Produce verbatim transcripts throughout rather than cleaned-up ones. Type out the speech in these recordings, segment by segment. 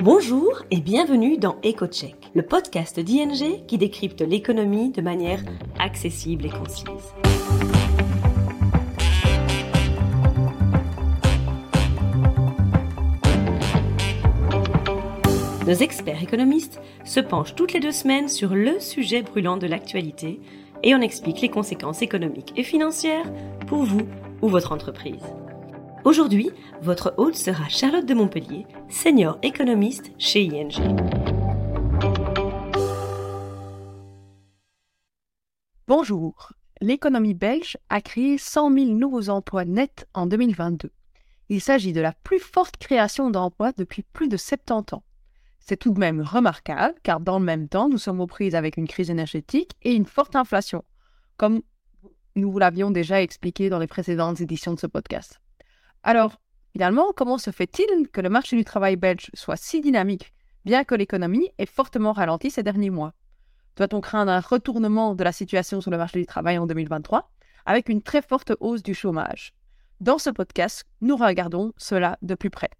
Bonjour et bienvenue dans EcoCheck, le podcast d'I N G qui décrypte l'économie de manière accessible et concise. Nos experts économistes se penchent toutes les deux semaines sur le sujet brûlant de l'actualité et on explique les conséquences économiques et financières pour vous ou votre entreprise. Aujourd'hui, votre hôte sera Charlotte de Montpellier, senior économiste chez I N G. Bonjour. L'économie belge a créé cent mille nouveaux emplois nets en deux mille vingt-deux. Il s'agit de la plus forte création d'emplois depuis plus de soixante-dix ans. C'est tout de même remarquable, car dans le même temps, nous sommes aux prises avec une crise énergétique et une forte inflation, comme nous vous l'avions déjà expliqué dans les précédentes éditions de ce podcast. Alors, finalement, comment se fait-il que le marché du travail belge soit si dynamique, bien que l'économie ait fortement ralenti ces derniers mois? Doit-on craindre un retournement de la situation sur le marché du travail en deux mille vingt-trois, avec une très forte hausse du chômage? Dans ce podcast, nous regardons cela de plus près.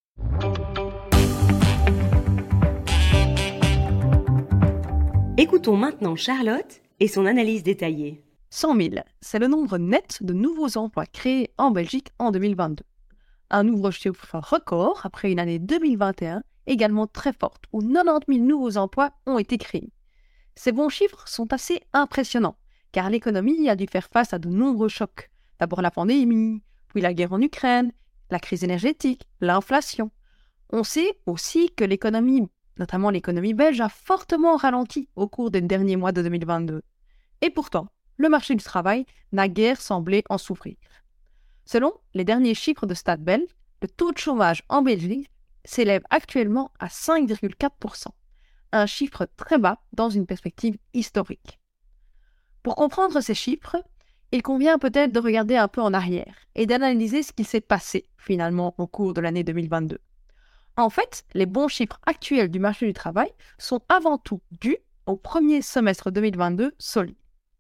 Écoutons maintenant Charlotte et son analyse détaillée. cent mille, c'est le nombre net de nouveaux emplois créés en Belgique en deux mille vingt-deux. Un nouveau chiffre record après une année deux mille vingt et un également très forte, où quatre-vingt-dix mille nouveaux emplois ont été créés. Ces bons chiffres sont assez impressionnants, car l'économie a dû faire face à de nombreux chocs. D'abord la pandémie, puis la guerre en Ukraine, la crise énergétique, l'inflation. On sait aussi que l'économie, notamment l'économie belge, a fortement ralenti au cours des derniers mois de deux mille vingt-deux. Et pourtant, le marché du travail n'a guère semblé en souffrir. Selon les derniers chiffres de Statbel, le taux de chômage en Belgique s'élève actuellement à cinq virgule quatre pour cent, un chiffre très bas dans une perspective historique. Pour comprendre ces chiffres, il convient peut-être de regarder un peu en arrière et d'analyser ce qui s'est passé finalement au cours de l'année deux mille vingt-deux. En fait, les bons chiffres actuels du marché du travail sont avant tout dus au premier semestre deux mille vingt-deux solide.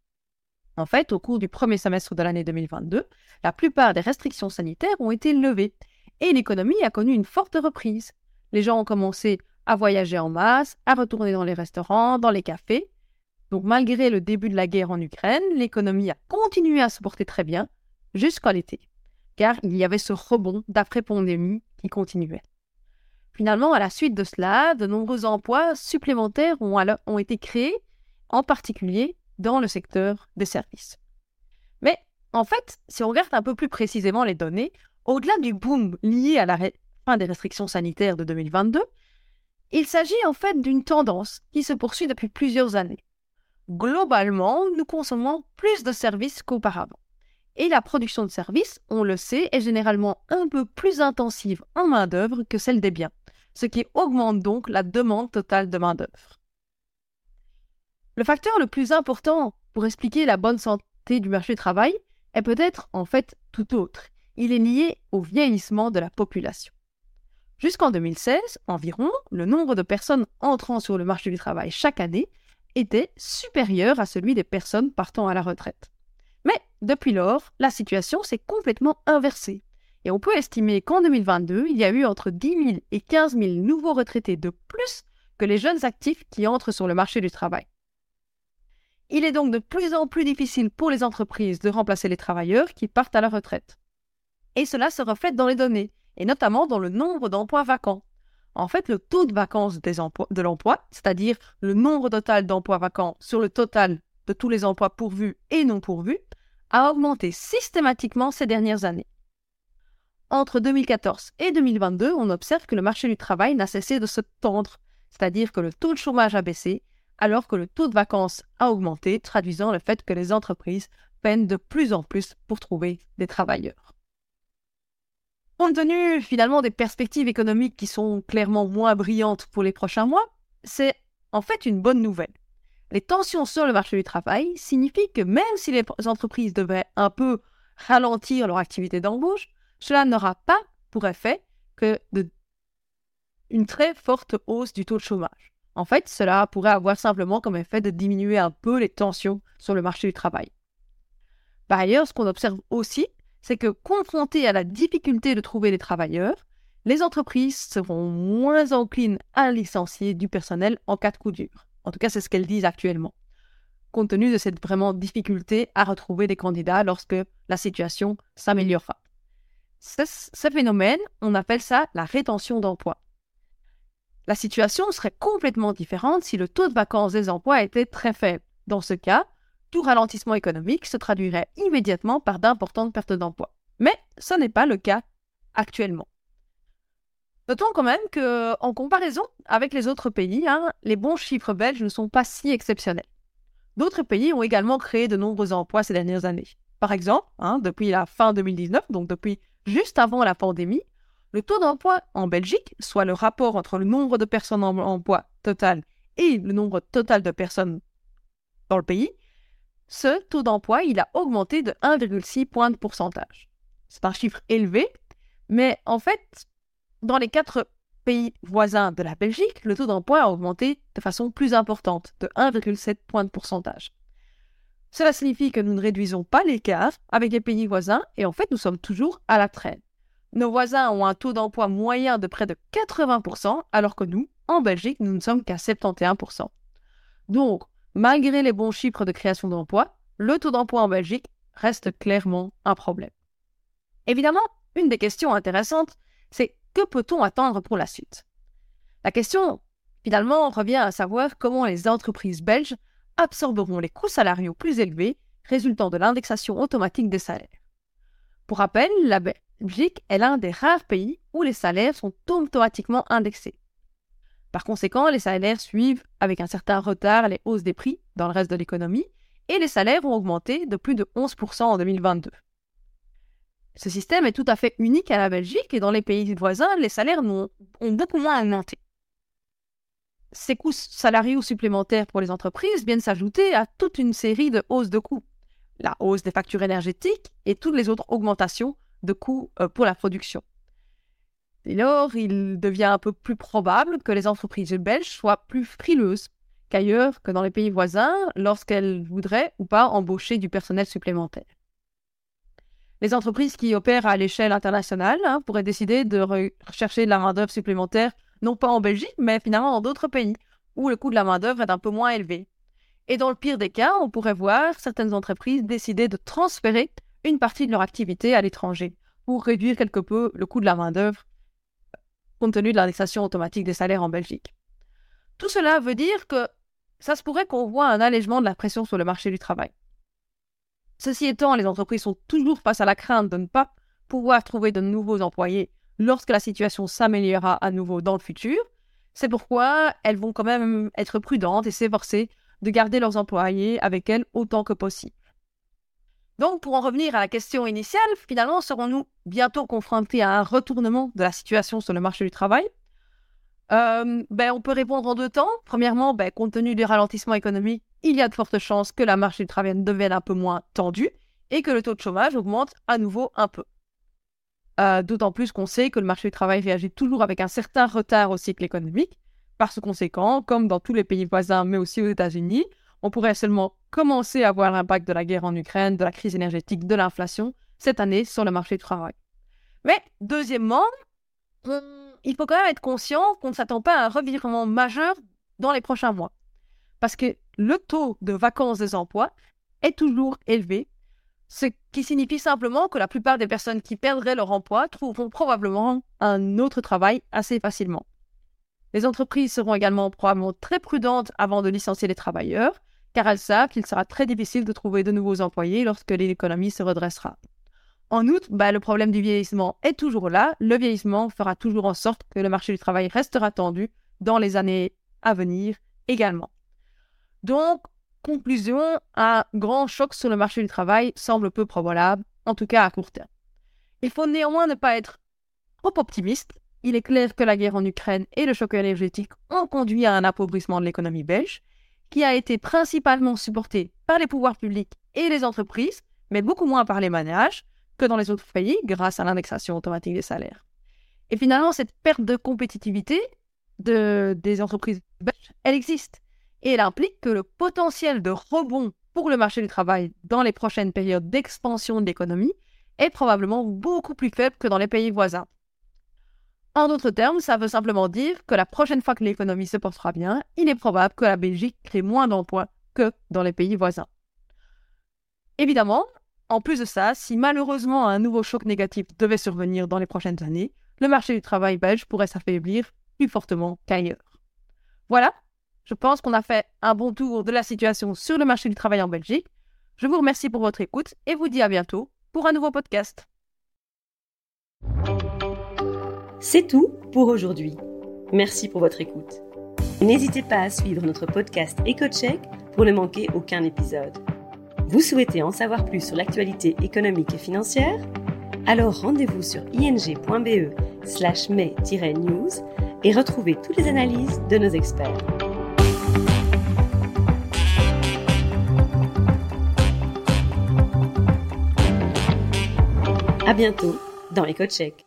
En fait, au cours du premier semestre de l'année deux mille vingt-deux, la plupart des restrictions sanitaires ont été levées et l'économie a connu une forte reprise. Les gens ont commencé à voyager en masse, à retourner dans les restaurants, dans les cafés. Donc malgré le début de la guerre en Ukraine, l'économie a continué à se porter très bien jusqu'à l'été, car il y avait ce rebond d'après-pandémie qui continuait. Finalement, à la suite de cela, de nombreux emplois supplémentaires ont, alors, ont été créés, en particulier dans le secteur des services. Mais en fait, si on regarde un peu plus précisément les données, au-delà du boom lié à la ré- fin des restrictions sanitaires de deux mille vingt-deux, il s'agit en fait d'une tendance qui se poursuit depuis plusieurs années. Globalement, nous consommons plus de services qu'auparavant. Et la production de services, on le sait, est généralement un peu plus intensive en main-d'œuvre que celle des biens, ce qui augmente donc la demande totale de main-d'œuvre. Le facteur le plus important pour expliquer la bonne santé du marché du travail est peut-être en fait tout autre. Il est lié au vieillissement de la population. Jusqu'en deux mille seize, environ, le nombre de personnes entrant sur le marché du travail chaque année était supérieur à celui des personnes partant à la retraite. Mais depuis lors, la situation s'est complètement inversée. Et on peut estimer qu'en deux mille vingt-deux, il y a eu entre dix mille et quinze mille nouveaux retraités de plus que les jeunes actifs qui entrent sur le marché du travail. Il est donc de plus en plus difficile pour les entreprises de remplacer les travailleurs qui partent à la retraite. Et cela se reflète dans les données, et notamment dans le nombre d'emplois vacants. En fait, le taux de vacance des emplois, de l'emploi, c'est-à-dire le nombre total d'emplois vacants sur le total de tous les emplois pourvus et non pourvus, a augmenté systématiquement ces dernières années. Entre deux mille quatorze et deux mille vingt-deux, on observe que le marché du travail n'a cessé de se tendre, c'est-à-dire que le taux de chômage a baissé, alors que le taux de vacances a augmenté, traduisant le fait que les entreprises peinent de plus en plus pour trouver des travailleurs. Compte tenu finalement des perspectives économiques qui sont clairement moins brillantes pour les prochains mois, c'est en fait une bonne nouvelle. Les tensions sur le marché du travail signifient que même si les entreprises devaient un peu ralentir leur activité d'embauche, cela n'aura pas pour effet que de... une très forte hausse du taux de chômage. En fait, cela pourrait avoir simplement comme effet de diminuer un peu les tensions sur le marché du travail. Par ailleurs, ce qu'on observe aussi, c'est que confrontés à la difficulté de trouver des travailleurs, les entreprises seront moins enclines à licencier du personnel en cas de coup dur. En tout cas, c'est ce qu'elles disent actuellement, compte tenu de cette vraiment difficulté à retrouver des candidats lorsque la situation s'améliorera. Ce, ce phénomène, on appelle ça la rétention d'emploi. La situation serait complètement différente si le taux de vacance des emplois était très faible. Dans ce cas, tout ralentissement économique se traduirait immédiatement par d'importantes pertes d'emplois. Mais ce n'est pas le cas actuellement. Notons quand même qu'en comparaison avec les autres pays, hein, les bons chiffres belges ne sont pas si exceptionnels. D'autres pays ont également créé de nombreux emplois ces dernières années. Par exemple, hein, depuis la fin deux mille dix-neuf, donc depuis juste avant la pandémie, le taux d'emploi en Belgique, soit le rapport entre le nombre de personnes en emploi total et le nombre total de personnes dans le pays, ce taux d'emploi, il a augmenté de un virgule six points de pourcentage. C'est un chiffre élevé, mais en fait, dans les quatre pays voisins de la Belgique, le taux d'emploi a augmenté de façon plus importante, de un virgule sept points de pourcentage. Cela signifie que nous ne réduisons pas l'écart avec les pays voisins et en fait, nous sommes toujours à la traîne. Nos voisins ont un taux d'emploi moyen de près de quatre-vingts pour cent, alors que nous, en Belgique, nous ne sommes qu'à soixante et onze pour cent. Donc, malgré les bons chiffres de création d'emplois, le taux d'emploi en Belgique reste clairement un problème. Évidemment, une des questions intéressantes, c'est que peut-on attendre pour la suite? La question, finalement, revient à savoir comment les entreprises belges absorberont les coûts salariaux plus élevés résultant de l'indexation automatique des salaires. Pour rappel, la Belgique est l'un des rares pays où les salaires sont automatiquement indexés. Par conséquent, les salaires suivent avec un certain retard les hausses des prix dans le reste de l'économie et les salaires ont augmenté de plus de onze pour cent en deux mille vingt-deux. Ce système est tout à fait unique à la Belgique et dans les pays voisins, les salaires ont, ont beaucoup moins augmenté. Ces coûts salariaux supplémentaires pour les entreprises viennent s'ajouter à toute une série de hausses de coûts. La hausse des factures énergétiques et toutes les autres augmentations de coûts pour la production. Dès lors, il devient un peu plus probable que les entreprises belges soient plus frileuses qu'ailleurs, que dans les pays voisins, lorsqu'elles voudraient ou pas embaucher du personnel supplémentaire. Les entreprises qui opèrent à l'échelle internationale hein, pourraient décider de rechercher de la main-d'œuvre supplémentaire, non pas en Belgique, mais finalement dans d'autres pays, où le coût de la main-d'œuvre est un peu moins élevé. Et dans le pire des cas, on pourrait voir certaines entreprises décider de transférer une partie de leur activité à l'étranger pour réduire quelque peu le coût de la main-d'œuvre compte tenu de l'indexation automatique des salaires en Belgique. Tout cela veut dire que ça se pourrait qu'on voit un allègement de la pression sur le marché du travail. Ceci étant, les entreprises sont toujours face à la crainte de ne pas pouvoir trouver de nouveaux employés lorsque la situation s'améliorera à nouveau dans le futur. C'est pourquoi elles vont quand même être prudentes et s'efforcer de garder leurs employés avec elles autant que possible. Donc, pour en revenir à la question initiale, finalement, serons-nous bientôt confrontés à un retournement de la situation sur le marché du travail? euh, ben, On peut répondre en deux temps. Premièrement, ben, compte tenu du ralentissement économique, il y a de fortes chances que la marché du travail devienne un peu moins tendue et que le taux de chômage augmente à nouveau un peu. Euh, d'autant plus qu'on sait que le marché du travail réagit toujours avec un certain retard au cycle économique. Par ce conséquent, comme dans tous les pays voisins, mais aussi aux États-Unis, on pourrait seulement commencer à voir l'impact de la guerre en Ukraine, de la crise énergétique, de l'inflation cette année sur le marché du travail. Mais deuxièmement, on... il faut quand même être conscient qu'on ne s'attend pas à un revirement majeur dans les prochains mois. Parce que le taux de vacance des emplois est toujours élevé, ce qui signifie simplement que la plupart des personnes qui perdraient leur emploi trouveront probablement un autre travail assez facilement. Les entreprises seront également probablement très prudentes avant de licencier les travailleurs, car elles savent qu'il sera très difficile de trouver de nouveaux employés lorsque l'économie se redressera. En outre, bah, le problème du vieillissement est toujours là. Le vieillissement fera toujours en sorte que le marché du travail restera tendu dans les années à venir également. Donc, conclusion, un grand choc sur le marché du travail semble peu probable, en tout cas à court terme. Il faut néanmoins ne pas être trop optimiste. Il est clair que la guerre en Ukraine et le choc énergétique ont conduit à un appauvrissement de l'économie belge, qui a été principalement supporté par les pouvoirs publics et les entreprises, mais beaucoup moins par les ménages que dans les autres pays, grâce à l'indexation automatique des salaires. Et finalement, cette perte de compétitivité de, des entreprises belges, elle existe. Et elle implique que le potentiel de rebond pour le marché du travail dans les prochaines périodes d'expansion de l'économie est probablement beaucoup plus faible que dans les pays voisins. En d'autres termes, ça veut simplement dire que la prochaine fois que l'économie se portera bien, il est probable que la Belgique crée moins d'emplois que dans les pays voisins. Évidemment, en plus de ça, si malheureusement un nouveau choc négatif devait survenir dans les prochaines années, le marché du travail belge pourrait s'affaiblir plus fortement qu'ailleurs. Voilà, je pense qu'on a fait un bon tour de la situation sur le marché du travail en Belgique. Je vous remercie pour votre écoute et vous dis à bientôt pour un nouveau podcast. C'est tout pour aujourd'hui. Merci pour votre écoute. N'hésitez pas à suivre notre podcast EcoCheck pour ne manquer aucun épisode. Vous souhaitez en savoir plus sur l'actualité économique et financière? Alors rendez-vous sur ing.be slash mai-news et retrouvez toutes les analyses de nos experts. À bientôt dans EcoCheck.